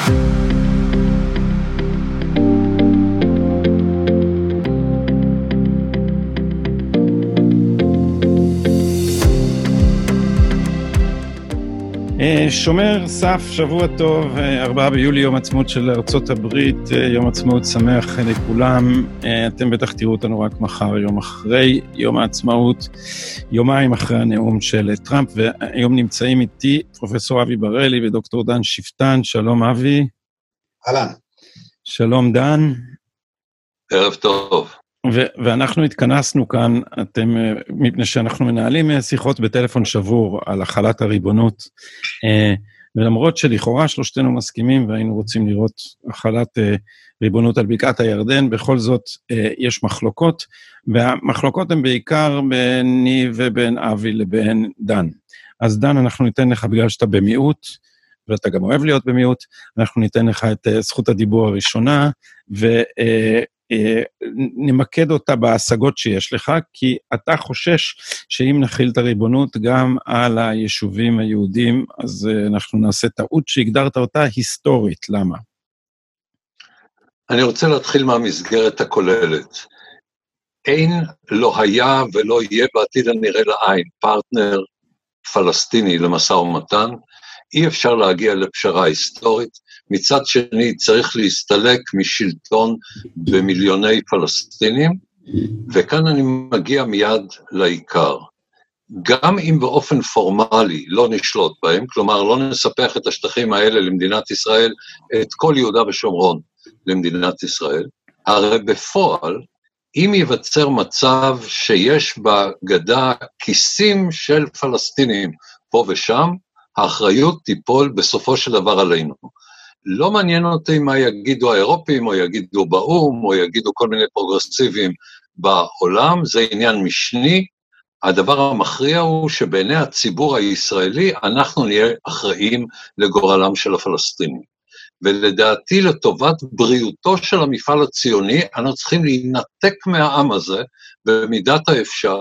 שומר סף, שבוע טוב, 4 ביולי, יום עצמאות של ארצות הברית, יום עצמאות שמח לכולם. אתם בטח תראו אותנו רק מחר, יום אחרי יום העצמאות, יומיים אחרי הנאום של טראמפ, והיום נמצאים איתי פרופסור אבי ברלי ודוקטור דן שפטן. שלום אבי. אהלן. שלום דן. ערב טוב. ואנחנו התכנסנו כאן, מפני שאנחנו מנהלים שיחות בטלפון שבור על החלת הריבונות, ולמרות שלכאורה שלושתנו מסכימים והיינו רוצים לראות החלת ריבונות על בקעת הירדן, בכל זאת יש מחלוקות, והמחלוקות הן בעיקר ביני ובין אבי לבין דן. אז דן, אנחנו ניתן לך, בגלל שאתה במיעוט, ואתה גם אוהב להיות במיעוט, אנחנו ניתן לך את זכות הדיבור הראשונה, נמקד אותה בהשגות שיש לך, כי אתה חושש שאם נחיל את הריבונות גם על היישובים היהודים, אז אנחנו נעשה טעות שהגדרת אותה היסטורית. למה? אני רוצה להתחיל מהמסגרת הכוללת. אין, לא היה ולא יהיה בעתיד הנראה לעין פרטנר פלסטיני למשא ומתן, אי אפשר להגיע לפשרה היסטורית, מצד שני צריך להסתלק משלטון במיליוני פלסטינים, וכאן אני מגיע מיד לעיקר. גם אם באופן פורמלי לא נשלוט בהם, כלומר לא נספח את השטחים האלה למדינת ישראל, את כל יהודה ושומרון למדינת ישראל, הרי בפועל, אם ייווצר מצב שיש בגדה כיסים של פלסטינים פה ושם, האחריות תיפול בסופו של דבר עלינו. לא מעניין אותי מה יגידו האירופים, או יגידו באום, או יגידו כל מיני פרוגרסיבים בעולם, זה עניין משני. הדבר המכריע הוא שבעיני הציבור הישראלי, אנחנו נהיה אחראים לגורלם של הפלסטינים. ולדעתי לטובת בריאותו של המפעל הציוני, אנחנו צריכים להינתק מהעם הזה, במידת האפשר,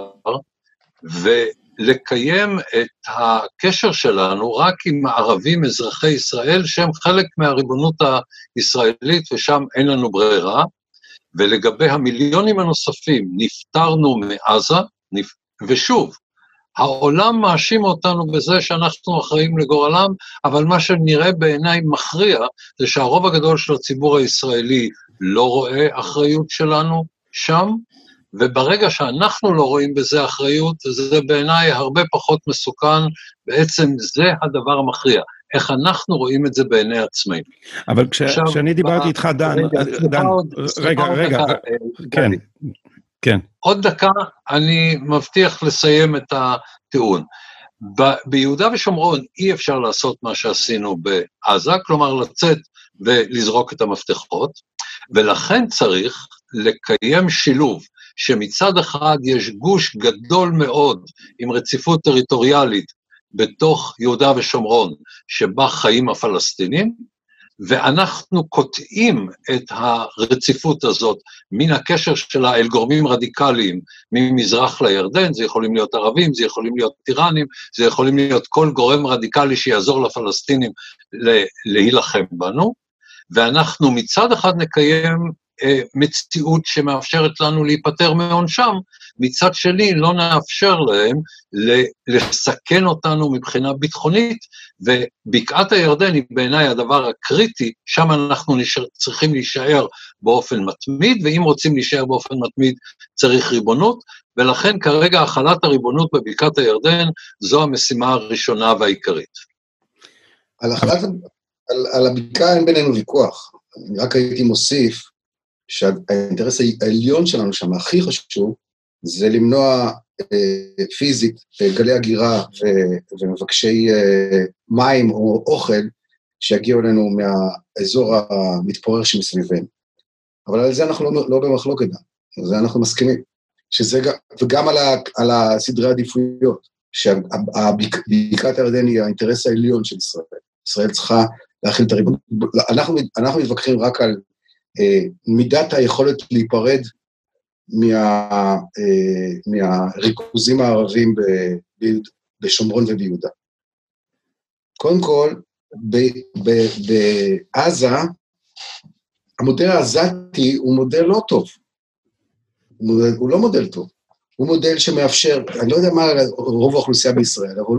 לקיים את הקשר שלנו רק עם הערבים אזרחי ישראל, שהם חלק מהריבונות הישראלית, ושם אין לנו ברירה, ולגבי המיליונים הנוספים, נפטרנו מעזה, ושוב, העולם מאשים אותנו בזה שאנחנו אחראים לגורלם, אבל מה שנראה בעיניי מכריע, זה שהרוב הגדול של הציבור הישראלי לא רואה אחריות שלנו שם, וברגע שאנחנו לא רואים בזה אחריות, זה בעיניי הרבה פחות מסוכן, בעצם זה הדבר המכריע, איך אנחנו רואים את זה בעיני עצמנו. אבל כשאני דיברתי איתך, דן, רגע, כן. עוד דקה, אני מבטיח לסיים את הטיעון. ביהודה ושומרון אי אפשר לעשות מה שעשינו בעזה, כלומר לצאת ולזרוק את המפתחות, ולכן צריך לקיים שילוב, שמצד אחד יש גוש גדול מאוד עם רציפות טריטוריאלית בתוך יהודה ושומרון, שבה חיים הפלסטינים, ואנחנו קוטעים את הרציפות הזאת מן הקשר שלה אל גורמים רדיקליים ממזרח לירדן, זה יכולים להיות ערבים, זה יכולים להיות טיראנים, זה יכולים להיות כל גורם רדיקלי שיעזור לפלסטינים להילחם בנו, ואנחנו מצד אחד נקיים מציאות שמאפשרת לנו להיפטר מעונשם, מצד שני לא נאפשר להם לסכן אותנו מבחינה ביטחונית, ובקעת הירדן היא בעיניי הדבר הקריטי, שם אנחנו צריכים להישאר באופן מתמיד, ואם רוצים להישאר באופן מתמיד צריך ריבונות, ולכן כרגע החלת הריבונות בבקעת הירדן זו המשימה הראשונה והעיקרית. על הבקעה אין בינינו ויכוח, אני רק הייתי מוסיף, שהאינטרס העליון שלנו שם, הכי חשוב, זה למנוע פיזית גלי הגירה ומבקשי מים או אוכל שיגיעו אלינו מהאזור המתפורר שמסביבנו. אבל על זה אנחנו לא במחלוקת, על זה אנחנו מסכימים. וגם על הסדרי העדיפויות, שבקעת הירדן היא האינטרס העליון של ישראל. ישראל צריכה להכיל את הריבונות. אנחנו מתווכחים רק על מידת היכולת להיפרד מהריכוזים הערבים בשומרון וביהודה. קודם כל, בעזה, המודל העזתי הוא מודל לא טוב. הוא לא מודל טוב. הוא מודל שמאפשר, אני לא יודע מה רוב האוכלוסייה בישראל, אבל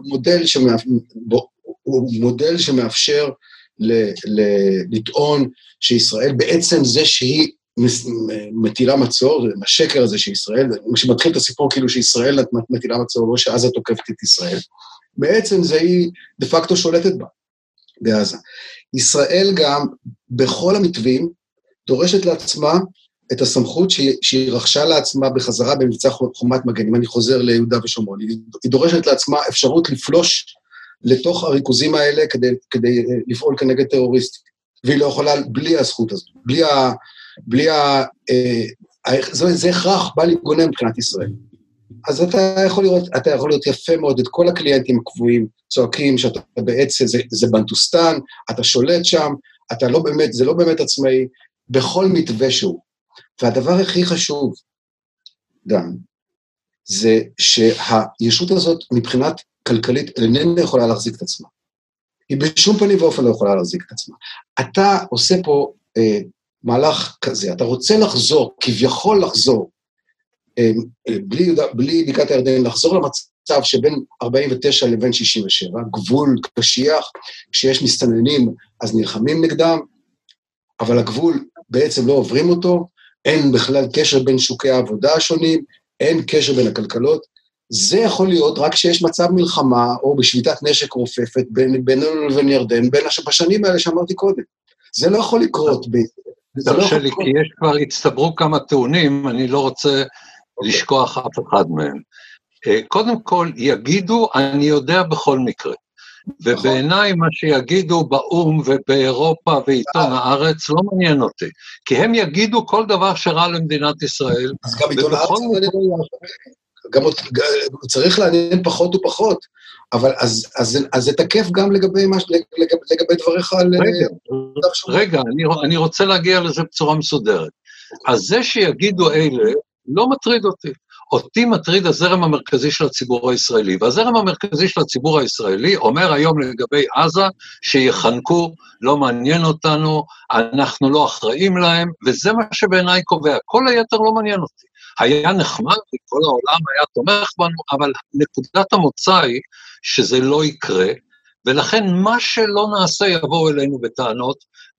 הוא מודל שמאפשר לטעון שישראל בעצם זה שהיא מטילה מצור, השקר הזה שישראל, כשמתחיל את הסיפור כאילו שישראל מטילה מצור, לא שעזה תוקפת את ישראל, בעצם זה היא דה פקטו שולטת בה, בעזה. ישראל גם בכל המתווים דורשת לעצמה את הסמכות שהיא רכשה לעצמה בחזרה במבצע חומת מגן, אם אני חוזר ליהודה ושומרון, היא דורשת לעצמה אפשרות לפלוש לתוך הריכוזים האלה כדי לפעול כנגד טרוריסטים, והיא לא יכולה בלי הזכות הזאת, זה הכרח בא להתגונן מבחינת ישראל. אז אתה יכול לראות יפה מאוד את כל הקליינטים הקבועים, צועקים שאתה בעצם, זה בנטוסטן, אתה שולט שם, זה לא באמת עצמאי, בכל מתווה שהוא. והדבר הכי חשוב, דן, זה שהישות הזאת מבחינת כלכלית איננה יכולה להחזיק את עצמה. היא בשום פנים ואופן לא יכולה להחזיק את עצמה. אתה עושה פה מהלך כזה, אתה רוצה לחזור, כביכול לחזור, בלי בקעת הירדן, לחזור למצב שבין 49 לבין 67, גבול קשיח, כשיש מסתננים אז נלחמים נגדם, אבל הגבול בעצם לא עוברים אותו, אין בכלל קשר בין שוקי העבודה השונים, אין קשר בין הכלכלות, זה יכול להיות רק כשיש מצב מלחמה, או בשביתת נשק רופפת, בינינו לבין ירדן, בשנים האלה שאמרתי קודם. זה לא יכול לקרות. תרשה לי, כי יש כבר הצטברו כמה טעונים, אני לא רוצה לשכוח אף אחד מהם. קודם כל, יגידו, אני יודע בכל מקרה. ובעיניי מה שיגידו באום ובאירופה ועיתון הארץ לא מעניין אותי, כי הם יגידו כל דבר שרע למדינת ישראל. אז גם עיתון הארץ גם צריך לעניין פחות ופחות, אבל אז זה תקף גם לגבי דבריך על... רגע, אני רוצה להגיע לזה בצורה מסודרת. אז זה שיגידו אלה לא מטריד אותי. אותי מטריד הזרם המרכזי של הציבור הישראלי, והזרם המרכזי של הציבור הישראלי אומר היום לגבי עזה שיחנקו, לא מעניין אותנו, אנחנו לא אחראים להם, וזה מה שבעיניי קובע. כל היתר לא מעניין אותי. היה נחמד, וכל העולם היה תומך בנו, אבל נקודת המוצא היא שזה לא יקרה, ולכן מה שלא נעשה יבואו אלינו בטענות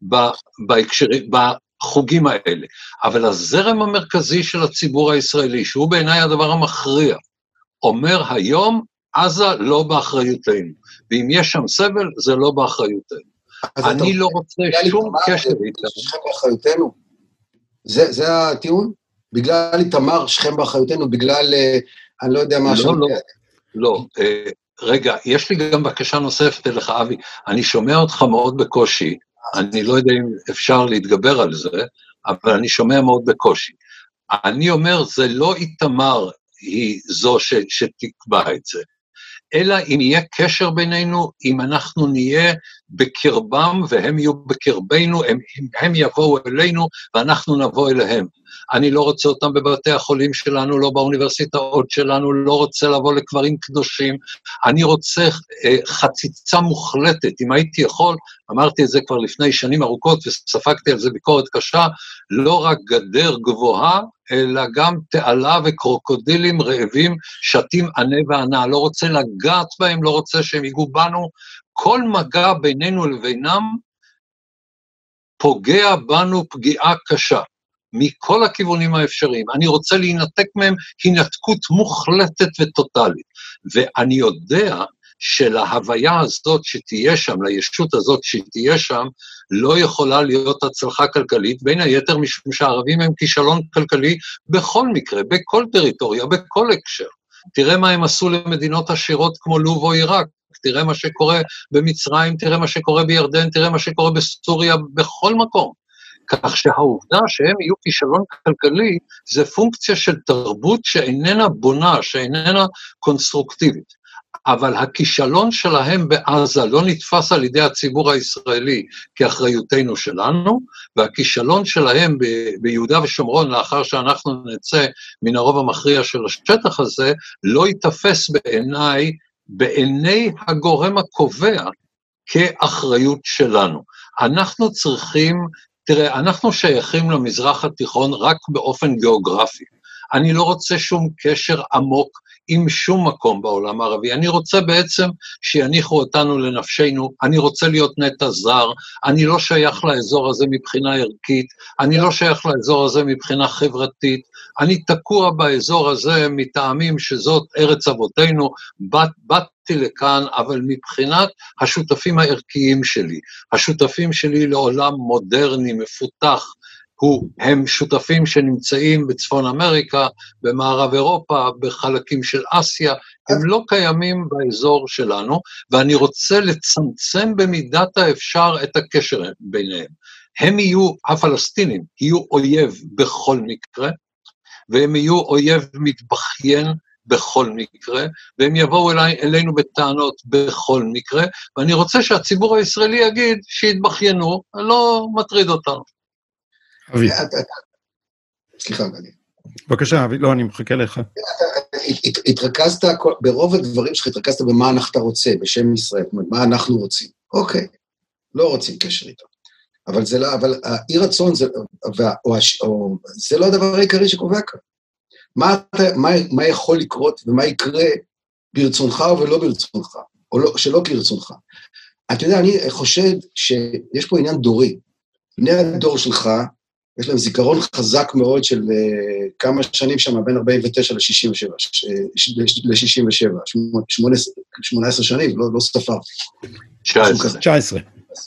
בחוגים האלה. אבל הזרם המרכזי של הציבור הישראלי, שהוא בעיניי הדבר המכריע, אומר היום, עזה לא באחריותנו, ואם יש שם סבל, זה לא באחריותנו. אני לא רוצה שום קשר איתנו. זה הטיעון? בגלל איתמר שכם באחריותנו, בגלל, אני לא יודע מה שם. לא, רגע, יש לי גם בקשה נוספת אליך, אבי, אני שומע אותך מאוד בקושי, אני לא יודע אם אפשר להתגבר על זה, אבל אני שומע מאוד בקושי. אני אומר, זה לא איתמר היא זו שתקבע את זה, אלא אם יהיה קשר בינינו, אם אנחנו נהיה בקרבם והם יהיו בקרבנו, הם יבואו אלינו ואנחנו נבוא אליהם. אני לא רוצה אותם בבתי החולים שלנו, לא באוניברסיטאות שלנו, לא רוצה לבוא לקברים קדושים, אני רוצה חציצה מוחלטת, אם הייתי יכול, אמרתי את זה כבר לפני שנים ארוכות וספגתי על זה ביקורת קשה, לא רק גדר גבוהה, אלא גם תעלה וקרוקודילים רעבים, שתים ענה וענה, לא רוצה לגעת בהם, לא רוצה שהם ייגעו בנו, כל מגע בינינו לבינם פוגע בנו פגיעה קשה, מכל הכיוונים האפשריים. אני רוצה להינתק מהם הנתקות מוחלטת וטוטלית, ואני יודע שלהוויה הזאת שתהיה שם, לישות הזאת שתהיה שם, לא יכולה להיות הצלחה כלכלית, בין היתר משום שהערבים הם כישלון כלכלי בכל מקרה, בכל טריטוריה, בכל הקשר. תראה מה הם עשו למדינות עשירות כמו לוב או עיראק, תראה מה שקורה במצרים, תראה מה שקורה בירדן, תראה מה שקורה בסוריה, בכל מקום. כך שהעובדה שהם יהיו כישלון כלכלי, זה פונקציה של תרבות שאיננה בונה, שאיננה קונסטרוקטיבית. אבל הכישלון שלהם בעזה לא נתפס על ידי הציבור הישראלי כאחריותנו שלנו, והכישלון שלהם ביהודה ושומרון, לאחר שאנחנו נצא מן הרוב המכריע של השטח הזה, לא יתפס בעיני הגורם הקובע כאחריות שלנו. אנחנו צריכים, תראה, אנחנו שייכים למזרח התיכון רק באופן גיאוגרפי. אני לא רוצה שום קשר עמוק עם שום מקום בעולם הערבי. אני רוצה בעצם שיניחו אותנו לנפשנו, אני רוצה להיות נטע זר, אני לא שייך לאזור הזה מבחינה ערכית, אני לא שייך לאזור הזה מבחינה חברתית, אני תקוע באזור הזה מטעמים שזאת ארץ אבותינו, באתי לכאן, אבל מבחינת השותפים הערכיים שלי, השותפים שלי לעולם מודרני, מפותח, הם שותפים שנמצאים בצפון אמריקה, במערב אירופה, בחלקים של אסיה, הם לא קיימים באזור שלנו, ואני רוצה לצמצם במידת האפשר את הקשר ביניהם. הם יהיו, הפלסטינים, יהיו אויב בכל מקרה, והם יהיו אויב מתבכיין בכל מקרה, והם יבואו אלינו בטענות בכל מקרה, ואני רוצה שהציבור הישראלי יגיד שיתבכיינו, לא מטריד אותנו. אבי. סליחה, גדי. בבקשה, אבי, לא, אני מחכה לך. התרכזת, ברוב הדברים שלך התרכזת במה אתה רוצה, בשם ישראל, מה אנחנו רוצים. אוקיי, לא רוצים קשר איתו. אבל זה לא, אבל האי רצון, זה לא הדבר העיקרי שקובע כאן. מה יכול לקרות ומה יקרה ברצונך ולא ברצונך, או שלא כרצונך. אתה יודע, אני חושב שיש פה עניין דורי. בני הדור שלך, יש להם זיכרון חזק מאוד של כמה שנים שם, בין 49 ל-67, 18 שנים, לא ספרתי. 19.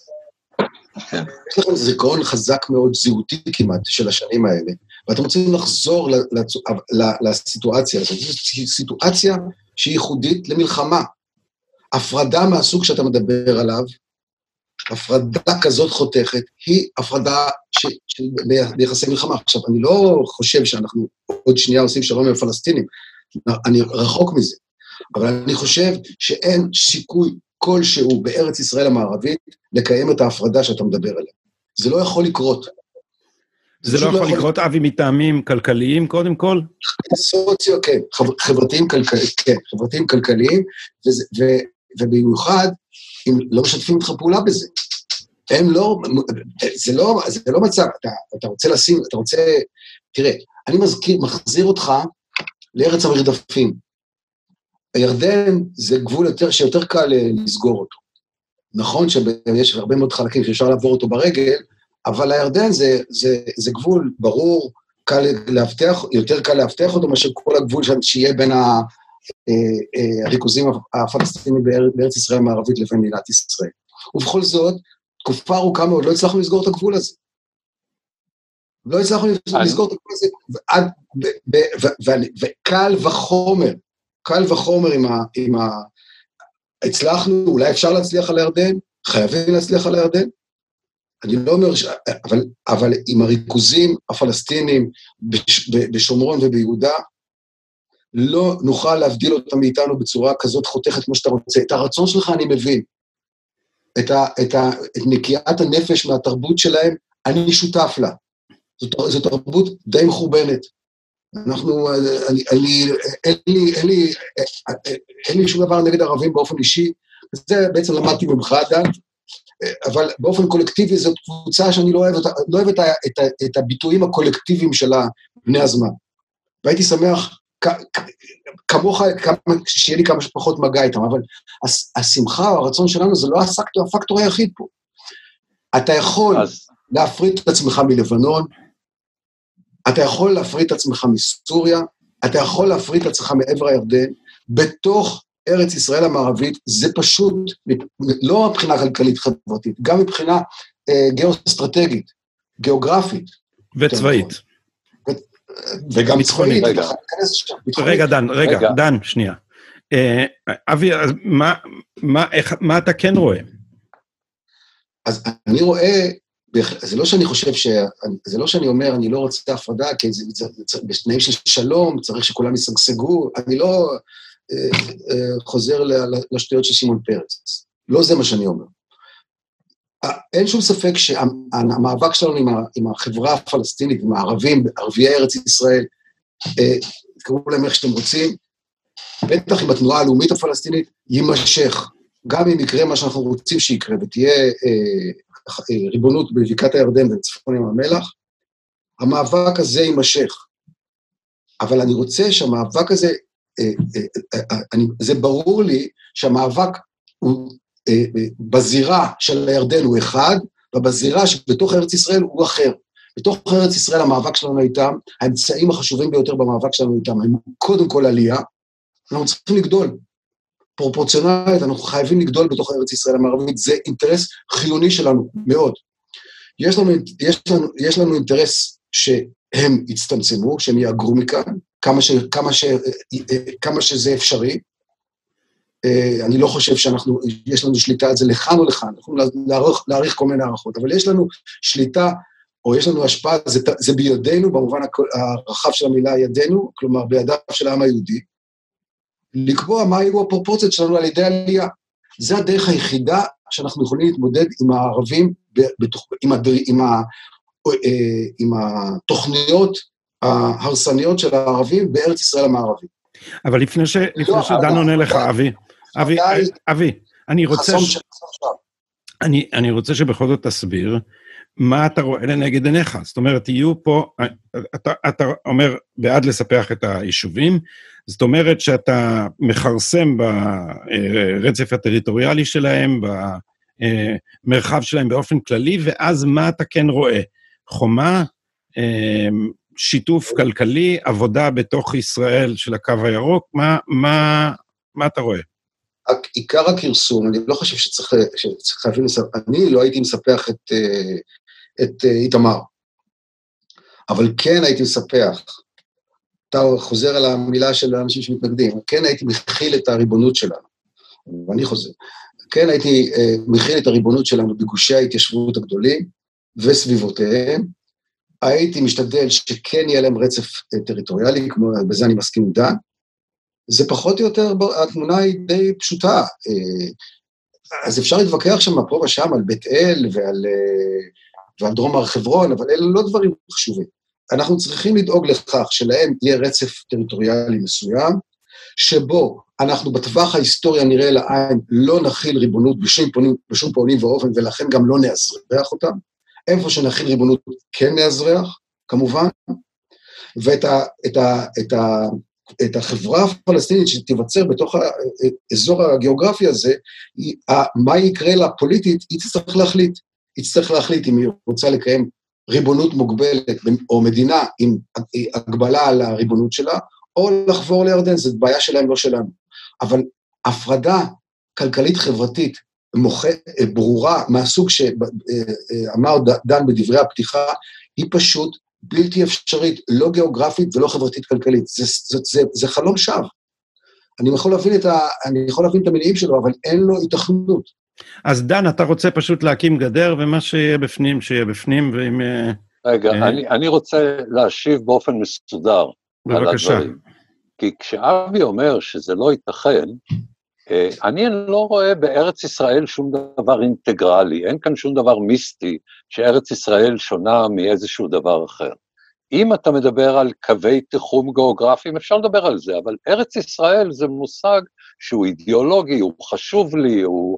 יש לכם זיכרון חזק מאוד, זהותי כמעט, של השנים האלה, ואתם רוצים לחזור לסיטואציה הזאת. זו סיטואציה שהיא ייחודית למלחמה. הפרדה מהסוג שאתה מדבר עליו, הפרדה כזאת חותכת, היא הפרדה ביחסי מלחמה. עכשיו, אני לא חושב שאנחנו עוד שנייה עושים שלום עם הפלסטינים, אני רחוק מזה, אבל אני חושב שאין שיקוי כלשהו בארץ ישראל המערבית לקיים את ההפרדה שאתה מדבר עליה. זה לא יכול לקרות. זה לא יכול לקרות, אבי, מטעמים כלכליים קודם כל? סוציו, כן, חברתיים כלכליים, ובמיוחד, אם לא משתפים איתך פעולה בזה. הם לא, זה לא מצב, אתה רוצה לשים, תראה, אני מחזיר אותך לארץ המרדפים. הירדן זה גבול שיותר קל לסגור אותו. נכון שיש הרבה מאוד חלקים שאפשר לעבור אותו ברגל, אבל הירדן זה גבול ברור, יותר קל להבטח אותו, מאשר כל הגבול שיהיה בין הריכוזים הפלסטינים בארץ ישראל המערבית לבין מדינת ישראל. ובכל זאת, תקופה ארוכה מאוד, לא הצלחנו לסגור את הגבול הזה. לא הצלחנו לסגור את הגבול הזה, קל וחומר עם הצלחנו, אולי אפשר להצליח על הירדן, חייבים להצליח על הירדן, אני לא אומר, אבל עם הריכוזים הפלסטינים בשומרון וביהודה, לא נוכל להבדיל אותם מאיתנו בצורה כזאת חותכת כמו שאתה רוצה. את הרצון שלך אני מבין. את נקיית הנפש מהתרבות שלהם, אני שותף לה. זו תרבות די מחורבנת. אין לי שום דבר נגד ערבים באופן אישי, זה בעצם למדתי ממך, דן, אבל באופן קולקטיבי זאת קבוצה שאני לא אוהב את הביטויים הקולקטיביים של בני הזמן. והייתי שמח, כמוך, שיהיה לי כמה שפחות מגע איתם, אבל השמחה או הרצון שלנו זה לא הפקטור היחיד פה. אתה יכול להפריד את עצמך מלבנון, אתה יכול להפריד את עצמך מסוריה, אתה יכול להפריד את עצמך מעבר הירדן, בתוך ארץ ישראל המערבית, זה פשוט, לא מבחינה כלכלית חברתית, גם מבחינה גיאוסטרטגית, גיאוגרפית. וצבאית. וגם צבאית. רגע, דן, שנייה. אבי, מה אתה כן רואה? אז אני רואה, זה לא שאני חושב זה לא שאני אומר, אני לא רוצה הפרדה, כי בתנאים של שלום, צריך שכולם ישגשגו, אני לא חוזר לשטויות של שמעון פרס. לא זה מה שאני אומר. אין שום ספק שהמאבק שלנו עם החברה הפלסטינית, עם הערבים, ערביי ארץ ישראל, תקראו להם איך שאתם רוצים, בטח עם התנועה הלאומית הפלסטינית, יימשך. גם אם יקרה מה שאנחנו רוצים שיקרה, ותהיה ריבונות בבקעת הירדן ובצפון ים המלח, המאבק הזה יימשך. אבל אני רוצה שהמאבק הזה, זה ברור לי שהמאבק הוא בזירה של הירדן הוא אחד, ובזירה שבתוך ארץ ישראל הוא אחר. בתוך ארץ ישראל המאבק שלנו איתם, האמצעים החשובים ביותר במאבק שלנו איתם, הם קודם כל עלייה, אנחנו צריכים לגדול. פרופורציונלית, אנחנו חייבים לגדול בתוך ארץ ישראל המערבית, זה אינטרס חיוני שלנו מאוד. יש לנו אינטרס שהם יצטמצמו, שהם יאגרו מכאן, כמה שזה אפשרי. אני לא חושב יש לנו שליטה על זה לכאן או לכאן, אנחנו להעריך כל מיני הערכות, אבל יש לנו שליטה, או יש לנו השפעה, זה בידינו, במובן הרחב של המילה ידינו, כלומר בידיו של העם היהודי, לקבוע מה היו הפרופורציות שלנו על ידי עלייה. זה הדרך היחידה שאנחנו יכולים להתמודד עם הערבים, עם התוכניות ההרסניות של הערבים בארץ ישראל המערבית. אבל לפני שדן עונה לך, אבי, אני רוצה שבכל זאת תסביר, מה אתה רואה לנגד עיניך? זאת אומרת, יהיו פה, אתה אומר בעד לספח את היישובים, זאת אומרת שאתה מחרסם ברצף הטריטוריאלי שלהם, במרחב שלהם באופן כללי, ואז מה אתה כן רואה? חומה, שיתוף כלכלי, עבודה בתוך ישראל של הקו הירוק, מה אתה רואה? עיקר הכרסום, אני לא חושב שצריך להבין, אני לא הייתי מספח את איתמר, אבל כן הייתי מספח, אתה חוזר על המילה של האנשים שמתנגדים, כן הייתי מכיל את הריבונות שלנו, ואני חוזר, כן הייתי מכיל את הריבונות שלנו בגושי ההתיישבות הגדולים וסביבותיהם, הייתי משתדל שכן יהיה להם רצף טריטוריאלי, כמו בזה אני מסכים עם דן, זה פחות או יותר, התמונה היא די פשוטה, אז אפשר להתווכח שם פה ושם על בית אל ועל דרום הר חברון, אבל אלה לא דברים חשובים. אנחנו צריכים לדאוג לכך שלהם יהיה רצף טריטוריאלי מסוים, שבו אנחנו בטווח ההיסטוריה נראה לעין לא נכיל ריבונות בשום פנים ואופן, ולכן גם לא נאזרח אותם, איפה שנכיל ריבונות כן נאזרח, כמובן, את החברה הפלסטינית שתיווצר בתוך האזור הגיאוגרפי הזה, מה יקרה לה פוליטית, היא תצטרך להחליט אם היא רוצה לקיים ריבונות מוגבלת, או מדינה עם הגבלה על הריבונות שלה, או לחבור לירדן, זו בעיה שלהם, לא שלנו. אבל הפרדה כלכלית חברתית, ברורה, מהסוג שאמר דן בדברי הפתיחה, היא פשוט בלתי אפשרית, לא גיאוגרפית ולא חברתית כלכלית. זה חלום שווא. אני יכול להבין את המניעים שלו, אבל אין לו התכנות. אז דן, אתה רוצה פשוט להקים גדר, ומה שיהיה בפנים, ועם... רגע, אני רוצה להשיב באופן מסודר. בבקשה. כי כשאבי אומר שזה לא ייתכן, אני לא רואה בארץ ישראל שום דבר אינטגרלי, אין כאן שום דבר מיסטי שארץ ישראל שונה מאיזשהו דבר אחר. אם אתה מדבר על קווי תחום גיאוגרפיים, אפשר לדבר על זה, אבל ארץ ישראל זה מושג שהוא אידיאולוגי, הוא חשוב לי, הוא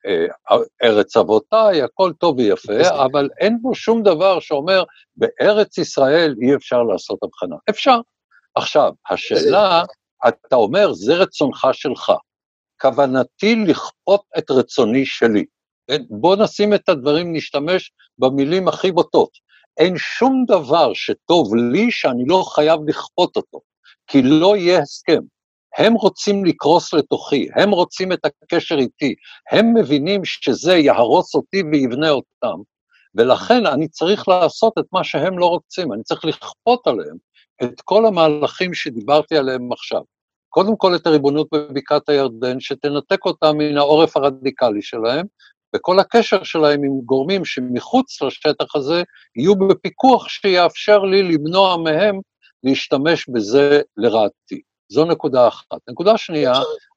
ארץ אבותיי, הכל טוב ויפה, אבל אין בו שום דבר שאומר, בארץ ישראל אי אפשר לעשות הבחנה. אפשר. עכשיו, השאלה, אתה אומר, זה רצונך שלך. כוונתי לכפות את רצוני שלי. בוא נשים את הדברים, נשתמש במילים הכי בוטות. אין שום דבר שטוב לי שאני לא חייב לכפות אותו, כי לא יהיה הסכם. הם רוצים לקרוס לתוכי, הם רוצים את הקשר איתי, הם מבינים שזה יהרוס אותי ויבנה אותם, ולכן אני צריך לעשות את מה שהם לא רוצים, אני צריך לכפות עליהם את כל המהלכים שדיברתי עליהם עכשיו. קודם כל את הריבונות בבקעת הירדן, שתנתק אותם מן העורף הרדיקלי שלהם, וכל הקשר שלהם עם גורמים שמחוץ לשטח הזה, יהיו בפיקוח שיאפשר לי למנוע מהם להשתמש בזה לרעתי. זו נקודה אחת. נקודה שנייה,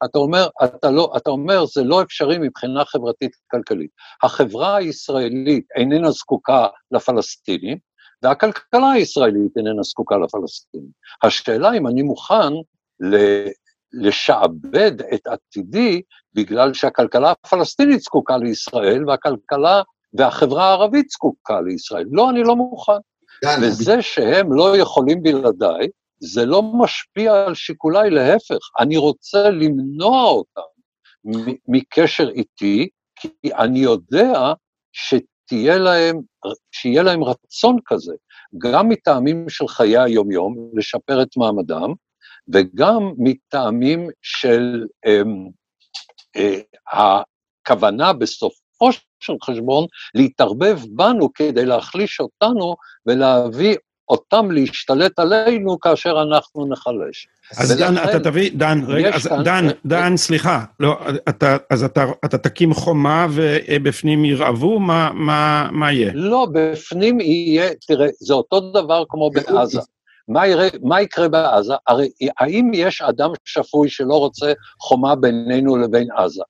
אתה אומר, זה לא אפשרי מבחינה חברתית-כלכלית. החברה הישראלית איננה זקוקה לפלסטינים, והכלכלה הישראלית איננה זקוקה לפלסטינים. השאלה אם אני מוכן לשעבד את עתידי, בגלל שהכלכלה הפלסטינית זקוקה לישראל, והכלכלה והחברה הערבית זקוקה לישראל. לא, אני לא מוכן. וזה שהם לא יכולים בלעדיי, זה לא משפיע על שיקוליי, להפך, אני רוצה למנוע אותם מקשר איתי, כי אני יודע שיהיה להם רצון כזה, גם מטעמים של חיי היומיום, לשפר את מעמדם, וגם מטעמים של הכוונה בסופו של חשבון, להתערבב בנו כדי להחליש אותנו, ולהביא אותם להשתלט עלינו כאשר אנחנו נחלש. אז דן, אתה תביא, דן, רגע, אז דן, סליחה, לא, אז אתה תקים חומה ובפנים ירעבו, מה יהיה? לא, בפנים יהיה, תראה, זה אותו דבר כמו בעזה. מה יקרה בעזה? הרי האם יש אדם שפוי שלא רוצה חומה בינינו לבין עזה?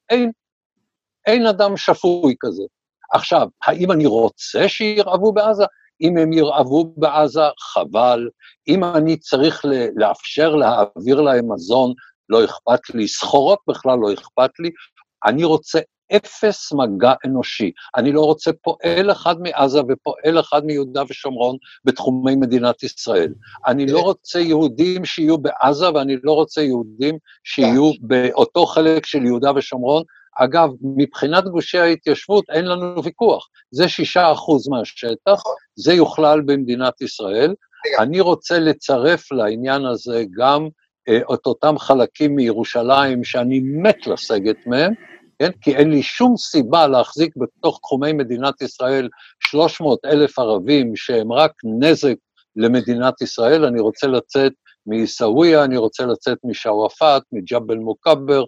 אין אדם שפוי כזה. עכשיו, האם אני רוצה שירעבו בעזה? אם הם ירעבו בעזה, חבל. אם אני צריך לאפשר להעביר להם מזון, לא אכפת לי. סחורות בכלל לא אכפת לי. אני רוצה אפס מגע אנושי. אני לא רוצה פועל אחד מעזה ופועל אחד מיהודה ושומרון בתחומי מדינת ישראל. אני לא רוצה יהודים שיהיו בעזה, ואני לא רוצה יהודים שיהיו באותו חלק של יהודה ושומרון. אגב, מבחינת גושי ההתיישבות אין לנו ויכוח. זה 6% מהשטח, זה יוכלל במדינת ישראל. אני רוצה לצרף לעניין הזה גם את אותם חלקים מירושלים שאני מת לסגת מהם, כן? כי אין לי שום סיבה להחזיק בתוך תחומי מדינת ישראל 300,000 ערבים שהם רק נזק למדינת ישראל. אני רוצה לצאת מעיסאוויה, אני רוצה לצאת משעואפת, מג'בל מוקבר,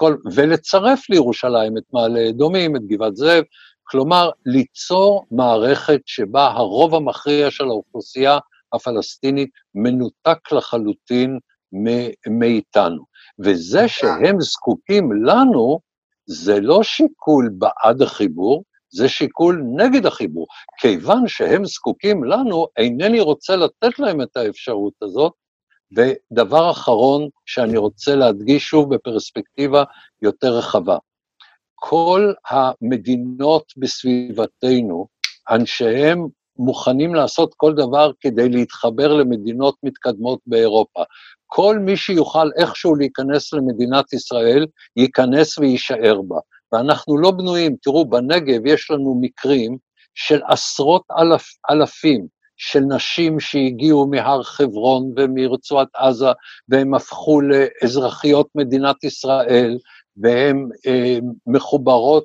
ולצרף לירושלים את מעלה אדומים, את גבעת זאב, כלומר, ליצור מערכת שבה הרוב המכריע של האוכלוסייה הפלסטינית מנותק לחלוטין מאיתנו. וזה שהם זקוקים לנו, זה לא שיקול בעד החיבור, זה שיקול נגד החיבור. כיוון שהם זקוקים לנו, אינני רוצה לתת להם את האפשרות הזאת, ודבר אחרון שאני רוצה להדגיש שוב בפרספקטיבה יותר רחבה. כל המדינות בסביבתנו, אנשיהם מוכנים לעשות כל דבר כדי להתחבר למדינות מתקדמות באירופה. כל מי שיוכל איכשהו להיכנס למדינת ישראל, ייכנס ויישאר בה. ואנחנו לא בנויים, תראו, בנגב יש לנו מקרים של עשרות אלפים, של נשים שהגיעו מהר חברון ומרצועת עזה, והם הפכו לאזרחיות מדינת ישראל, והם מחוברות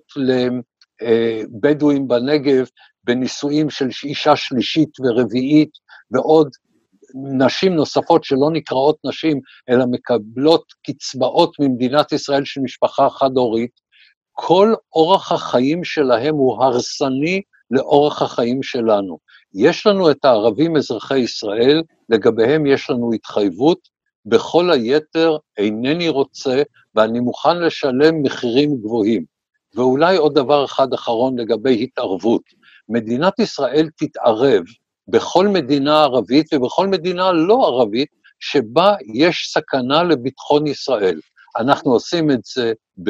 לבדואים בנגב, בנישואים של אישה שלישית ורביעית, ועוד נשים נוספות שלא נקראות נשים, אלא מקבלות קצבאות ממדינת ישראל של משפחה חד-הורית. כל אורח החיים שלהם הוא הרסני לאורח החיים שלנו. יש לנו את הערבים אזרחי ישראל, לגביהם יש לנו התחייבות, בכל היתר אינני רוצה, ואני מוכן לשלם מחירים גבוהים. ואולי עוד דבר אחד אחרון לגבי התערבות. מדינת ישראל תתערב בכל מדינה ערבית ובכל מדינה לא ערבית, שבה יש סכנה לביטחון ישראל. אנחנו עושים את זה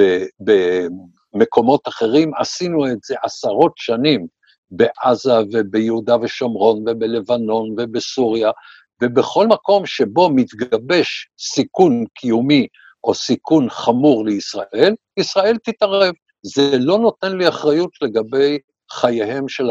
במקומות אחרים, עשינו את זה עשרות שנים, בעזה וביהודה ושומרון ובלבנון ובסוריה, ובכל מקום שבו מתגבש סיכון קיומי או סיכון חמור לישראל, ישראל תתערב. זה לא נותן לי אחריות לגבי חייהם של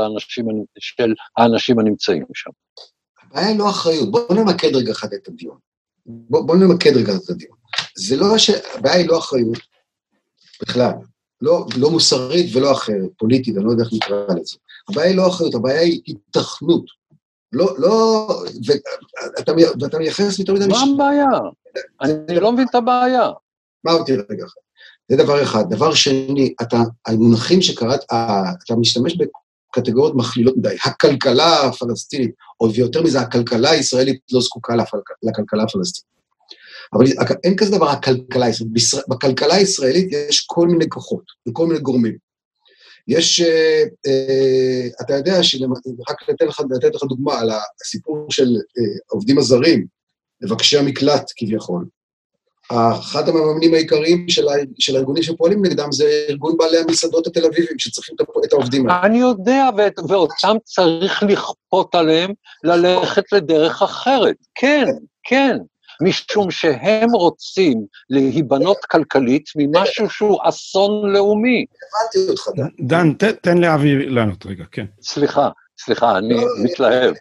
האנשים הנמצאים שם. הבעיה היא לא אחריות, בואו נמקד רגע אחד את הדיון. בואו נמקד רגע את הדיון. זה לא הבעיה היא לא אחריות בכלל, לא מוסרית ולא אחרת, פוליטית, אני לא יודע איך נקרא לזה. הבעיה היא לא אחריות, הבעיה היא התכנות. ואתה מייחס לי תמיד... מה הבעיה? אני לא מבין את הבעיה. מה אותי רגע אחד? זה דבר אחד. דבר שני, המונחים שקראת, אתה משתמש בקטגוריות מכלילות מדי. הכלכלה הפלסטינית, או ויותר מזה, הכלכלה הישראלית לא זקוקה לכלכלה הפלסטינית. אבל אין כזה דבר הכלכלה הישראלית. בכלכלה הישראלית יש כל מיני כוחות וכל מיני גורמים. יש, אתה יודע, רק לתת לך דוגמה על הסיפור של עובדים הזרים, מבקשי המקלט כביכול. אחד המממנים העיקריים של הארגונים שפועלים נגדם, זה ארגון בעלי המסעדות התל אביבים, שצריכים את העובדים האלה. אני יודע, ואותם צריך לכפות עליהם ללכת לדרך אחרת. כן, כן. משום שהם רוצים להיבנות כלכלית ממשהו שהוא אסון לאומי. הבנתי אותך, דן, תן לאבי לענות רגע, כן. סליחה, אני מתלהב.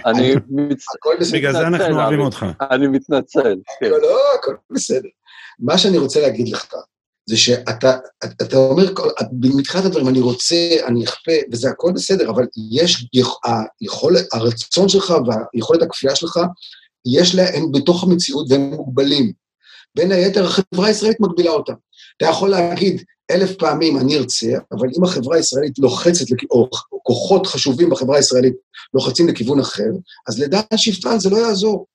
בגלל זה אנחנו אוהבים אותך. אני מתנצל. לא, הכל בסדר. מה שאני רוצה להגיד לך, זה שאתה אומר, מתחילת הדברים, אני רוצה, אני אכפה, וזה הכל בסדר, אבל יש הרצון שלך והיכולת הכפייה שלך, יש להם בתוך המציאות והם מוגבלים. בין היתר, החברה הישראלית מגבילה אותם. אתה יכול להגיד 1000 פעמים, אני ארצה, אבל אם החברה הישראלית לוחצת, או כוחות חשובים בחברה הישראלית לוחצים לכיוון אחר, אז לדן שפטן זה לא יעזור.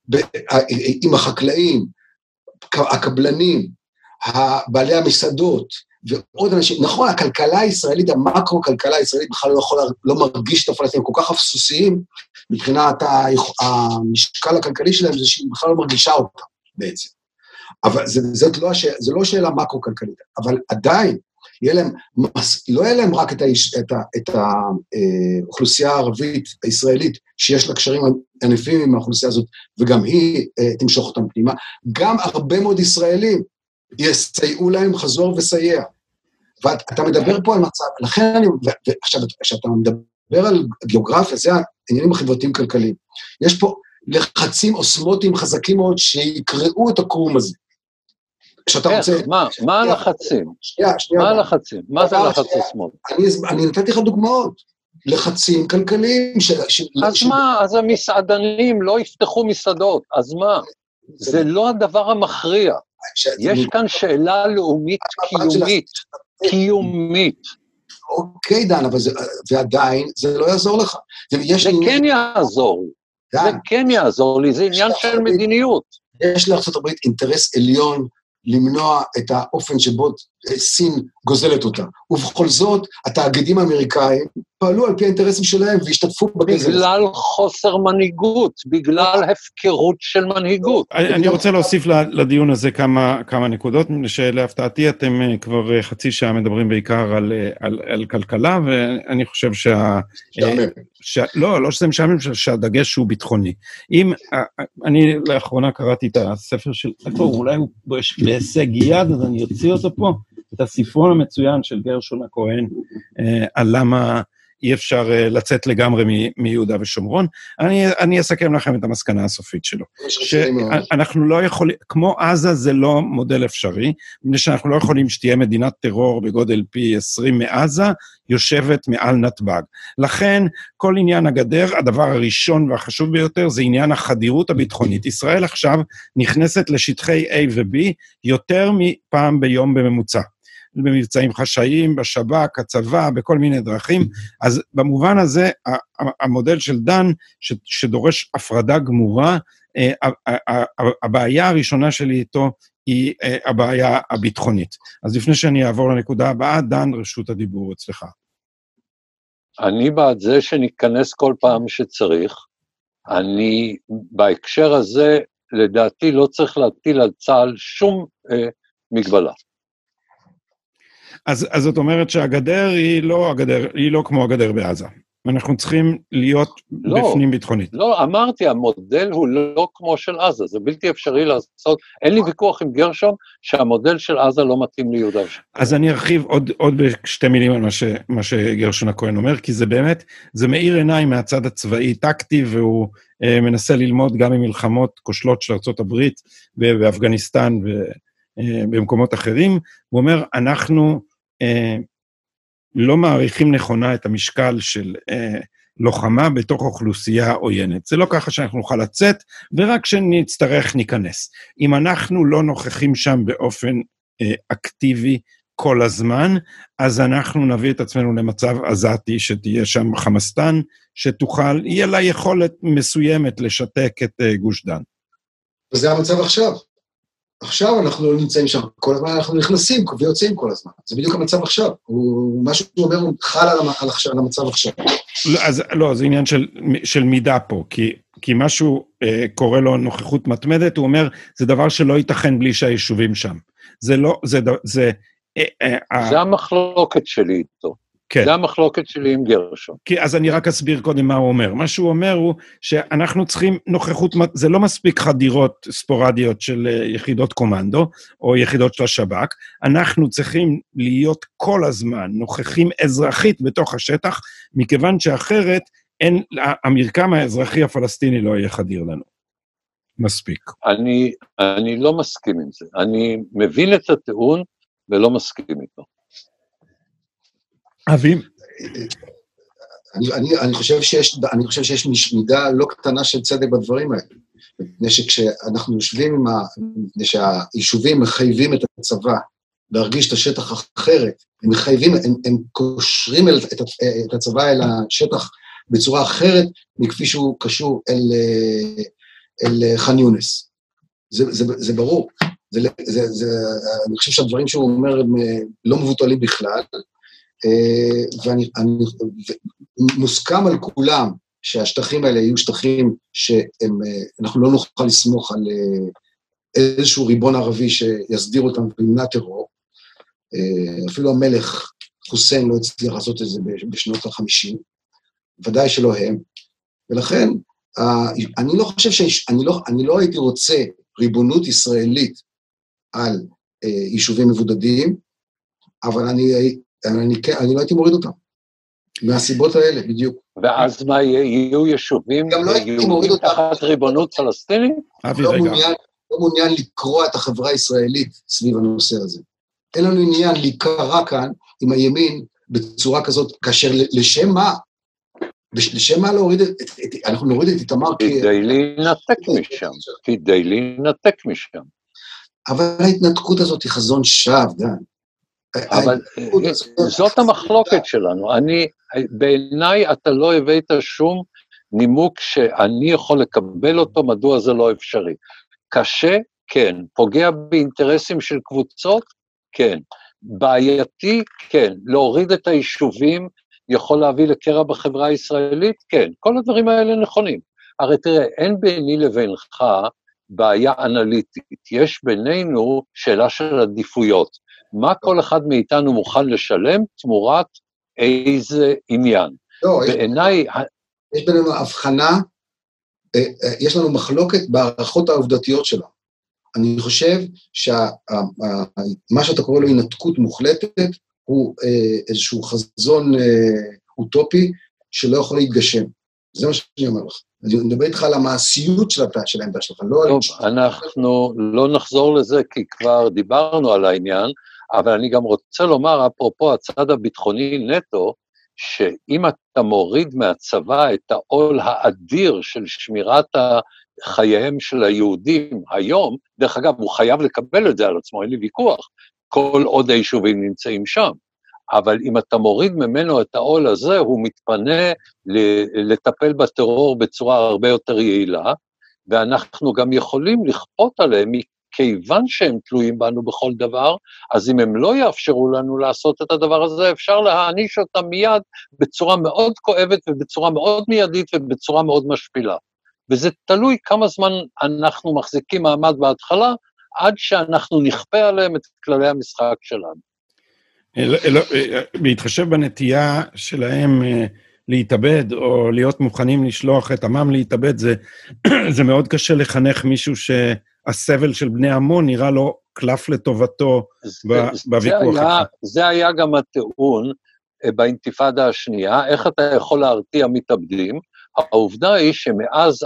עם החקלאים, הקבלנים, בעלי המסעדות, ועוד אנשים, נכון, הכלכלה הישראלית, המקרו-כלכלה הישראלית בכלל לא מרגיש את הפלסטינים, כל כך אפסוסיים, מבחינת המשקל הכלכלי שלהם, זה שהיא בכלל לא מרגישה אותה בעצם. אבל זה לא שאלה מקרו-כלכלית, אבל עדיין, לא יהיה להם רק את האוכלוסייה הערבית הישראלית, שיש לה קשרים ענפים עם האוכלוסייה הזאת, וגם היא תמשוך אותם פנימה, גם הרבה מאוד ישראלים יסייעו להם חזור וסייע. ואתה מדבר פה על מצב, לכן עכשיו, כשאתה מדבר על גיאוגרפיה, זה העניינים החברתיים כלכליים. יש פה לחצים אוסמוטיים חזקים מאוד, שיקראו את הקרום הזה. שאתה רוצה... מה הלחצים? שנייה. מה הלחצים? מה זה לחץ אוסמוטי? אני נתתי לך דוגמאות. לחצים כלכליים אז מה? אז המסעדנים לא יפתחו מסעדות, אז מה? זה לא הדבר המכריע. יש כאן שאלה לאומית קיומית. אוקיי, דן, אבל ועדיין זה לא יעזור לך. זה כן יעזור. זה כן יעזור לי, זה עניין של מדיניות. יש לארצות הברית אינטרס עליון למנוע את האופן שבו סין גוזלת אותה. ובכל זאת, התאגידים האמריקאים פעלו על פי האינטרסים שלהם והשתתפו בגזל. בגלל חוסר מנהיגות, בגלל הפקרות של מנהיגות. אני רוצה להוסיף לדיון הזה כמה נקודות, שלהפתעתי אתם כבר חצי שעה מדברים בעיקר על כלכלה, ואני חושב לא שזה משעמם, שהדגש הוא ביטחוני. אני לאחרונה קראתי את הספר של, אולי הוא בהישג יד, אז אני אוציא אותו פה, את הספרון המצוין של גרשון הכהן, על למה אי אפשר לצאת לגמרי מיהודה ושומרון. אני אסכם לכם את המסקנה הסופית שלו. שאנחנו לא יכולים, כמו עזה זה לא מודל אפשרי, מפני שאנחנו לא יכולים שתהיה מדינת טרור בגודל פי 20 מעזה, יושבת מעל נתב"ג. לכן, כל עניין הגדר, הדבר הראשון והחשוב ביותר, זה עניין החדירות הביטחונית. ישראל עכשיו נכנסת לשטחי A ו-B יותר מפעם ביום בממוצע. במבצעים חשאיים, בשב"כ, הצבא, בכל מיני דרכים. אז במובן הזה, המודל של דן, שדורש הפרדה גמורה, הבעיה הראשונה שלי איתו, היא הבעיה הביטחונית. אז לפני שאני אעבור לנקודה הבאה, דן, רשות הדיבור אצלך. אני בעד זה שניכנס כל פעם שצריך. אני, בהקשר הזה, לדעתי לא צריך להטיל על צה"ל שום מגבלה. אז זאת אומרת שהגדר היא לא כמו הגדר בעזה. אנחנו צריכים להיות בפנים ביטחונית. לא, אמרתי, המודל הוא לא כמו של עזה, זה בלתי אפשרי לעשות, אין לי ויכוח עם גרשון שהמודל של עזה לא מתאים ליהודה ושומרון. אז אני ארחיב עוד בשתי מילים על מה שגרשון הכהן אומר, כי זה באמת, זה מאיר עיניים מהצד הצבאי טקטי, והוא מנסה ללמוד גם ממלחמות כושלות של ארצות הברית, באפגניסטן ובמקומות אחרים, הוא אומר, אנחנו לא מעריכים נכונה את המשקל של לוחמה בתוך אוכלוסייה עוינת. זה לא ככה שאנחנו נוכל לצאת, ורק שנצטרך ניכנס. אם אנחנו לא נוכחים שם באופן אקטיבי כל הזמן, אז אנחנו נביא את עצמנו למצב עזתי, שתהיה שם חמאסטן, יהיה לה יכולת מסוימת לשתק את גוש דן. וזה המצב עכשיו. עכשיו אנחנו לא נמצאים שם כל הזמן, אנחנו נכנסים ויוצאים כל הזמן. זה בדיוק המצב עכשיו. מה שהוא אומר, הוא חל על המצב עכשיו. אז לא, זה עניין של מידה פה, כי משהו קורא לו נוכחות מתמדת, הוא אומר, זה דבר שלא ייתכן בלי שהיישובים שם. זה לא, זה המחלוקת שלי איתו. כן. זה המחלוקת שלי עם גרשון. אז אני רק אסביר קודם מה הוא אומר. מה שהוא אומר הוא שאנחנו צריכים נוכחות, זה לא מספיק חדירות ספורדיות של יחידות קומנדו, או יחידות של השב"כ, אנחנו צריכים להיות כל הזמן נוכחים אזרחית בתוך השטח, מכיוון שאחרת המרקם האזרחי הפלסטיני לא יהיה חדיר לנו. מספיק. אני לא מסכים עם זה. אני מבין את הטיעון ולא מסכים איתו. אבים? אני חושב שיש מידה לא קטנה של צדק בדברים האלה. מפני שכשאנחנו יושבים מפני שהיישובים מחייבים את הצבא להרגיש את השטח אחרת, הם קושרים את הצבא אל השטח בצורה אחרת מכפי שהוא קשור אל ח'אן יונס. זה ברור. אני חושב שהדברים שהוא אומר הם לא מבוטלים בכלל, ומוסכם על כולם שהשטחים האלה יהיו שטחים שאנחנו לא נוכל לסמוך על איזשהו ריבון ערבי שיסדיר אותם במדינת טרור. אפילו המלך חוסיין לא הצליח לעשות את זה בשנות ה-50, ודאי שלא הם, ולכן אני לא חושב אני לא הייתי רוצה ריבונות ישראלית על יישובים מבודדים, אבל אני לא הייתי מוריד אותם, מהסיבות האלה, בדיוק. ואז מה יהיו יישובים יהודים תחת ריבונות פלסטינית? לא מעוניין לקרוא את החברה הישראלית סביב הנושא הזה. אין לנו עניין להיקרא כאן עם הימין בצורה כזאת, כאשר לשם מה? לשם מה להוריד אנחנו נוריד את איתמר כדי להינתק משם. אבל ההתנתקות הזאת היא חזון שווא, דן. אבל זאת המחלוקת שלנו. בעיניי אתה לא הבאת שום נימוק שאני יכול לקבל אותו, מדוע זה לא אפשרי. קשה, כן. פוגע באינטרסים של קבוצות, כן. בעייתי, כן. להוריד את היישובים יכול להביא לקרע בחברה הישראלית, כן. כל הדברים האלה נכונים. הרי תראה, אין ביני לבינך בעיה אנליטית. יש בינינו שאלה של עדיפויות. מה כל אחד מאיתנו מוכן לשלם תמורת איזה עניין? לא, בעיניי... יש בינינו הבחנה, יש לנו מחלוקת בערכות העובדתיות שלה. אני חושב שמה שאתה קורא לו הנתקות מוחלטת, הוא איזשהו חזון אוטופי שלא יכול להתגשם. זה מה שאני אומר לך. אני מדבר איתך על המעשיות של העמדה שלך. טוב, אנחנו לא נחזור לזה, כי כבר דיברנו על העניין, אבל אני גם רוצה לומר, אפרופו הצד הביטחוני נטו, שאם אתה מוריד מהצבא את העול האדיר של שמירת חייהם של היהודים היום, דרך אגב, הוא חייב לקבל את זה על עצמו, אין לי ויכוח, כל עוד היישובים נמצאים שם, אבל אם אתה מוריד ממנו את העול הזה, הוא מתפנה לטפל בטרור בצורה הרבה יותר יעילה, ואנחנו גם יכולים לכפות עליהם, כיוון שהם תלויים בנו בכל דבר, אז אם הם לא יאפשרו לנו לעשות את הדבר הזה, אפשר להעניש אותם מיד בצורה מאוד כואבת, ובצורה מאוד מיידית, ובצורה מאוד משפילה. וזה תלוי כמה זמן אנחנו מחזיקים מעמד בהתחלה, עד שאנחנו נכפה עליהם את כללי המשחק שלנו. בהתחשב בנטייה שלהם להתאבד, או להיות מוכנים לשלוח את עמם להתאבד, זה מאוד קשה לחנך מישהו שהסבל של בני עמו נראה לו קלף לטובתו בוויכוח. זה היה גם הטיעון באינתיפאדה השנייה, איך אתה יכול להרתיע מתאבדים? העובדה היא שמאז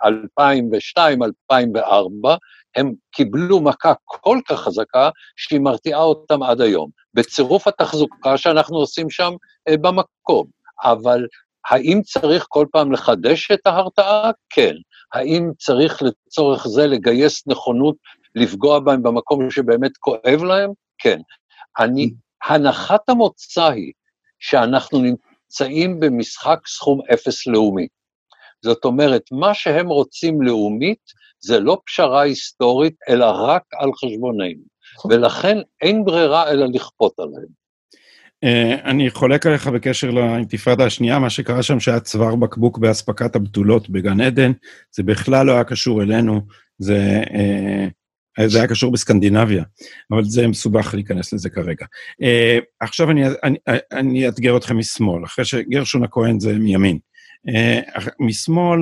2002-2004, הם קיבלו מכה כל כך חזקה, שהיא מרתיעה אותם עד היום, בצירוף התחזוקה שאנחנו עושים שם במקום. אבל האם צריך כל פעם לחדש את ההרתעה? כן. האם צריך לצורך זה לגייס נכונות לפגוע בהם במקום שבאמת כואב להם? כן. הנחת המוצא היא שאנחנו נמצאים במשחק סכום אפס לאומי. זאת אומרת, מה שהם רוצים לאומית, זה לא פשרה היסטורית, אלא רק על חשבוננו. ולכן אין ברירה אלא לכפות עליהם. אני חולק עליך בקשר לאינתיפאדה השנייה, מה שקרה שם שהיה צוואר בקבוק בהספקת הבתולות בגן עדן, זה בכלל לא היה קשור אלינו, זה היה קשור בסקנדינביה, אבל זה מסובך להיכנס לזה כרגע. עכשיו אני אתגר אתכם משמאל, אחרי שגרשון הכהן זה מימין. משמאל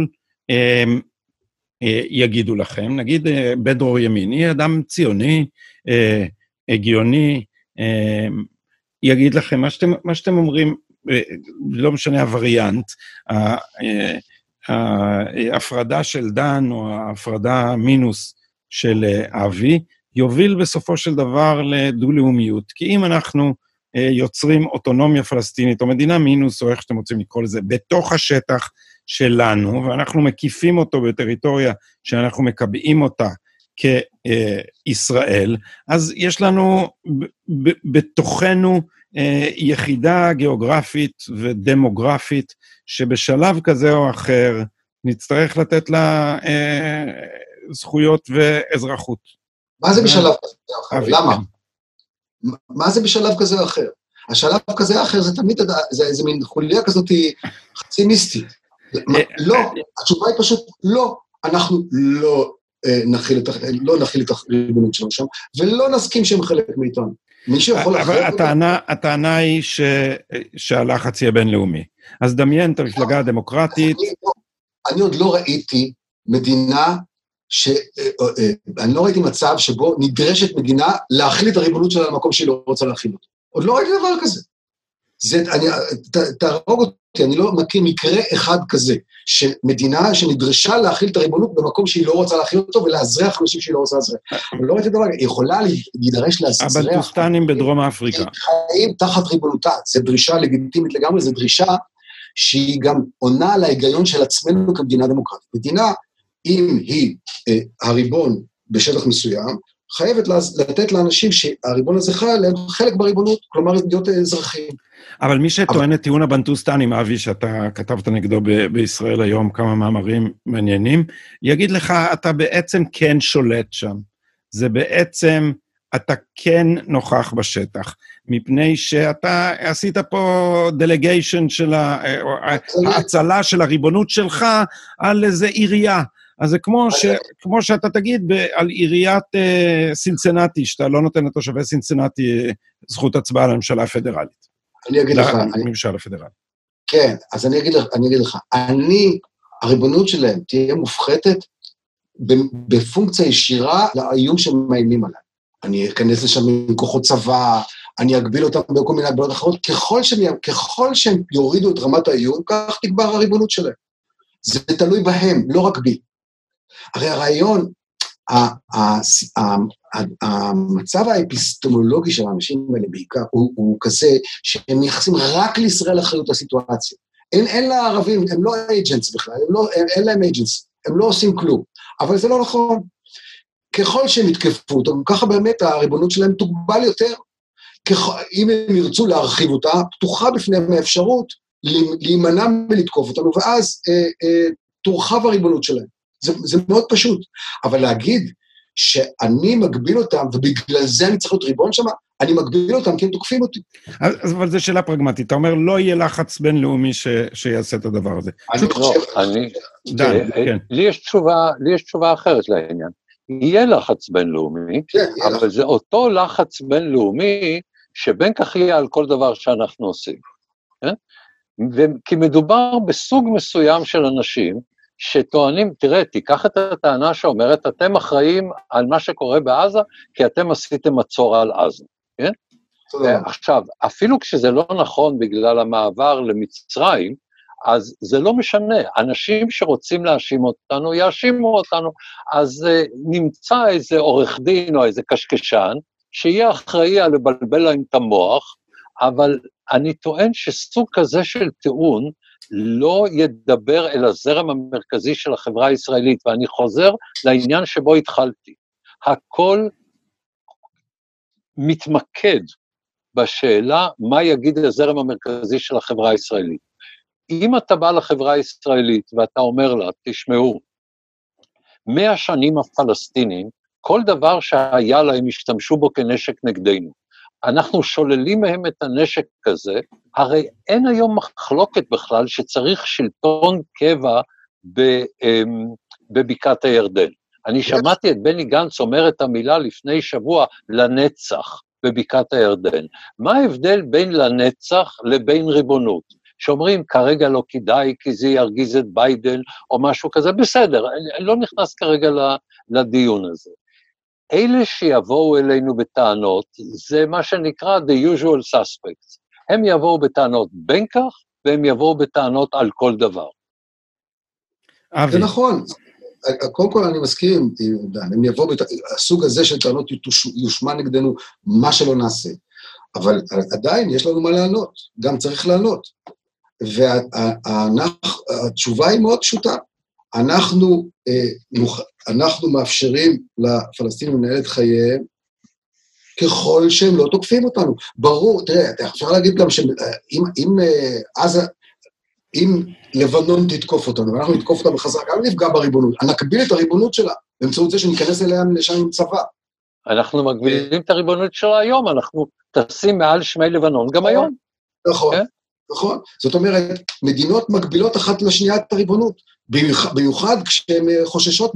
יגידו לכם, נגיד בדרור ימיני, אדם ציוני, הגיוני, יגיד לכם, מה שאתם אומרים, לא משנה הווריאנט, ההפרדה של דן, או ההפרדה מינוס של אבי, יוביל בסופו של דבר לדו-לאומיות, כי אם אנחנו יוצרים אוטונומיה פלסטינית, או מדינה מינוס, או איך שאתם רוצים לקרוא לזה, בתוך השטח שלנו, ואנחנו מקיפים אותו בטריטוריה, שאנחנו מקבעים אותה כישראל, אז יש לנו בתוכנו יחידה גיאוגרפית ודמוגרפית, שבשלב כזה או אחר נצטרך לתת לה זכויות ואזרחות. מה זה בשלב כזה או אחר? למה? מה זה בשלב כזה או אחר? השלב כזה או אחר זה תמיד, זה מין חוליה כזאת חצי מיסטית. לא, התשובה היא פשוט לא, אנחנו לא נכיל את הריבונות שלנו שם, ולא נסכים שהם חלק מאיתנו. מישהו יכול אבל הטענה היא שהלחץ יהיה בינלאומי. אז דמיין את המפלגה הדמוקרטית. אני עוד לא ראיתי מדינה, אני לא ראיתי מצב שבו נדרשת מדינה להכיל את הריבונות שלה למקום שהיא לא רוצה להכיל אותו. עוד לא ראיתי דבר כזה. תהרוג אותי, אני לא מכיר מקרה אחד כזה, שמדינה שנדרשה להכיל את הריבונות במקום שהיא לא רוצה להכיל אותו, ולהזרח אנשים שהיא לא רוצה להזרח. אבל לא ראיתי דבר, היא יכולה להידרש להזרח. הבנטוסטנים בדרום אפריקה. חיים תחת ריבונותה, זו דרישה לגיטימית לגמרי, זו דרישה שהיא גם עונה על ההיגיון של עצמנו כמדינה דמוקרטית. מדינה, אם היא הריבון בשטח מסוים, חייבת לתת לאנשים שהריבון הזה חי עליהם חלק בריבונות, כלומר להיות אזרחים. אבל מי שטוען את טיעון הבנטוסטנים, אבי, שאתה כתבת נגדו בישראל היום כמה מאמרים מעניינים, יגיד לך, אתה בעצם כן שולט שם. זה בעצם, אתה כן נוכח בשטח, מפני שאתה עשית פה דלגיישן של ההצלה של הריבונות שלך על איזה עירייה. אז זה כמו שאתה תגיד על עיריית סינסנטי, שאתה לא נותן לתושבי סינסנטי זכות הצבעה לממשלה הפדרלית. אני אגיד לך. לממשל הפדרלי. כן, אז אני אגיד לך, הריבונות שלהם תהיה מופחתת בפונקציה ישירה לאיום שמאיימים עליהם. אני אכנס לשם עם כוחות צבא, אני אגביל אותם בכל מיני הגבלות אחרות, ככל שהם יורידו את רמת האיום, כך תגבר הריבונות שלהם. זה תלוי בהם, לא רק בי. הרי הרעיון, המצב האפיסטמולוגי של האנשים האלה בעיקר, הוא כזה שהם נכנסים רק לישראל אחריות לסיטואציה. אין לערבים, הם לא אייג'נטס בכלל, אין להם אייג'נטס, הם לא עושים כלום. אבל זה לא נכון. ככל שהם יתקפו אותם, ככה באמת הריבונות שלהם תוגבל יותר. אם הם ירצו להרחיב אותה, פתוחה בפניהם האפשרות להימנע מלתקוף אותנו, ואז תורחב הריבונות שלהם. זה מאוד פשוט. אבל להגיד שאני מגביל אותם, ובגלל זה אני צריך להיות ריבון שם, אני מגביל אותם כי הם תוקפים אותי. אבל זו שאלה פרגמטית. אתה אומר, לא יהיה לחץ בינלאומי שיעשה את את הדבר הזה. לי יש תשובה אחרת לעניין. יהיה לחץ בינלאומי, אבל זה אותו לחץ בינלאומי, שבין כך יהיה על כל דבר שאנחנו עושים. כי מדובר בסוג מסוים של אנשים, שטוענים, תראה, תיקח את הטענה שאומרת, אתם אחראים על מה שקורה בעזה, כי אתם עשיתם מצור על עזה, כן? עכשיו, אפילו כשזה לא נכון בגלל המעבר למצרים, אז זה לא משנה, אנשים שרוצים להאשים אותנו, יאשימו אותנו, אז נמצא איזה עורך דין או איזה קשקשן, שיהיה אחראי על לבלבל להם את המוח, אבל אני טוען שסוג כזה של טיעון, לא ידבר אל הזרם המרכזי של החברה הישראלית, ואני חוזר לעניין שבו התחלתי. הכל מתמקד בשאלה מה יגיד הזרם המרכזי של החברה הישראלית. אם אתה בא לחברה הישראלית ואתה אומר לה, תשמעו, 100 שנים הפלסטינים, כל דבר שהיה להם השתמשו בו כנשק נגדנו. אנחנו שוללים מהם את הנשק הזה, הרי אין היום מחלוקת בכלל שצריך שלטון קבע בבקעת הירדן. אני שמעתי את בני גנץ אומר את המילה לפני שבוע, לנצח בבקעת הירדן. מה ההבדל בין לנצח לבין ריבונות? שאומרים כרגע לא כדאי כי זה ירגיז את ביידן או משהו כזה, בסדר, לא נכנס כרגע לדיון הזה. אלה שיבואו אלינו בטענות, זה מה שנקרא the usual suspects. הם יבואו בטענות בין כך, והם יבואו בטענות על כל דבר. זה נכון. קודם כל אני מסכים, הם יבואו, הסוג הזה של טענות יושמע נגדנו, מה שלא נעשה. אבל עדיין יש לנו מה לענות, גם צריך לענות. והתשובה היא מאוד פשוטה. אנחנו מאפשרים לפלסטינים לנהל את חייהם, ככל שהם לא תוקפים אותנו. ברור, תראה, אפשר להגיד גם אם לבנון תתקוף אותנו, ואנחנו נתקוף אותה בחזרה, גם נפגע בריבונות, נקביל את הריבונות שלה, באמצעות זה שניכנס אליה לשם עם צבא. אנחנו מגבילים את הריבונות שלה היום, אנחנו טסים מעל שמי לבנון, גם היום. נכון, נכון. זאת אומרת, מדינות מגבילות אחת לשנייה את הריבונות, במיוחד כשהן חוששות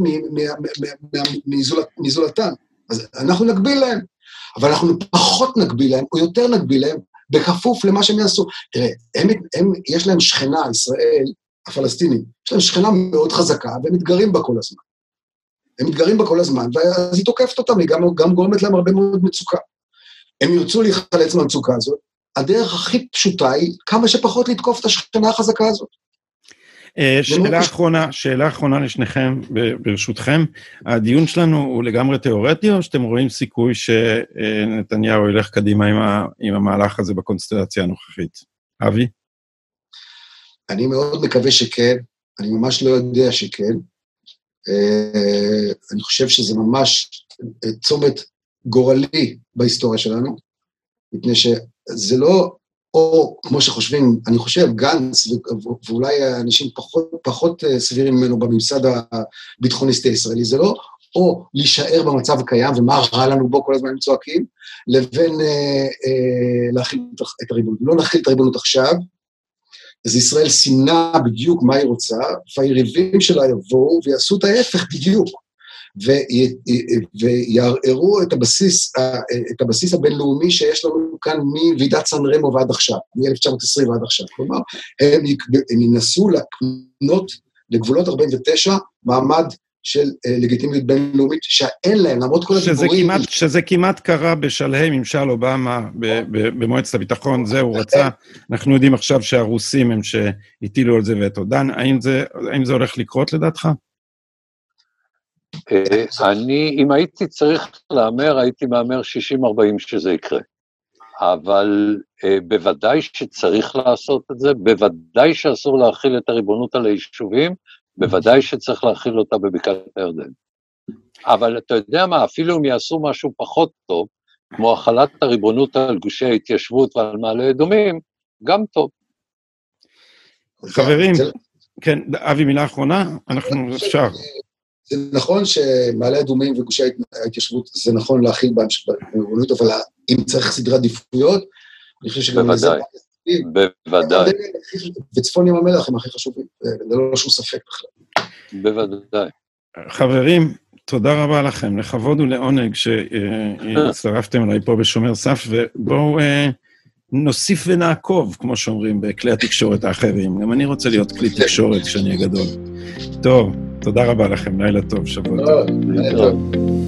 מזולתן. אז אנחנו נגביל להם, אבל אנחנו פחות נגביל להם, או יותר נגביל להם, בכפוף למה שהם יעשו. תראה, יש להם שכנה, ישראל, הפלסטינים, יש להם שכנה מאוד חזקה, והם מתגרים בה כל הזמן. הם מתגרים בה כל הזמן, ואז היא תוקפת אותם, היא גם גורמת להם הרבה מאוד מצוקה. הם ירצו להיחלץ מהמצוקה הזאת, הדרך הכי פשוטה היא כמה שפחות לתקוף את השכנה החזקה הזאת. שאלה אחרונה לשניכם, ברשותכם, הדיון שלנו הוא לגמרי תיאורטי, או שאתם רואים סיכוי שנתניהו ילך קדימה עם המהלך הזה בקונסטלציה הנוכחית? אבי? אני מאוד מקווה שכן, אני ממש לא יודע שכן, אני חושב שזה ממש צומת גורלי בהיסטוריה שלנו, מפני שזה לא, או כמו שחושבים, אני חושב, גנץ, ואולי אנשים פחות סבירים ממנו בממסד הביטחוניסטי הישראלי, זה לא או להישאר במצב הקיים, ומה רע לנו בו כל הזמן הם צועקים, לבין להכיל את הריבונות. לא להכיל את הריבונות עכשיו, אז ישראל סימנה בדיוק מה היא רוצה, והיריבים שלה יבואו ויעשו את ההפך בדיוק, ויערערו את הבסיס הבינלאומי שיש לנו כאן מוועידת סן רמו ועד עכשיו, מ-1920 ועד עכשיו. כלומר, הם ינסו להקנות לגבולות 49 מעמד של לגיטימיות בינלאומית שאין להם, למרות כל הדיבורים. שזה כמעט קרה בשלהי ממשל אובמה במועצת הביטחון, זה הוא רצה. אנחנו יודעים עכשיו שהרוסים הם שהטילו על זה וטו. דן, האם זה הולך לקרות לדעתך? אם הייתי צריך לאמר, הייתי מאמר 60-40 שזה יקרה. אבל בוודאי שצריך לעשות את זה, בוודאי שאסור להכיל את הריבונות על היישובים, בוודאי שצריך להכיל אותה בבקעת הירדן. אבל אתה יודע מה, אפילו אם יעשו משהו פחות טוב, כמו החלת הריבונות על גושי ההתיישבות ועל מעלה אדומים, גם טוב. חברים, כן, אבי, מילה אחרונה, אנחנו אפשר. זה נכון שמעלה אדומים וגושי ההתיישבות, זה נכון להכיל בריבונות, אבל אם צריך סדרי עדיפויות, אני חושב שגם לזה... בוודאי. וצפון ים המלח הם הכי חשובים, ללא שום ספק בכלל. בוודאי. חברים, תודה רבה לכם, לכבוד ולעונג שהצטרפתם אליי פה בשומר סף, ובואו נוסיף ונעקוב, כמו שאומרים, בכלי התקשורת האחרים. גם אני רוצה להיות כלי תקשורת כשאני הגדול. טוב, תודה רבה לכם, לילה טוב, שבוע טוב.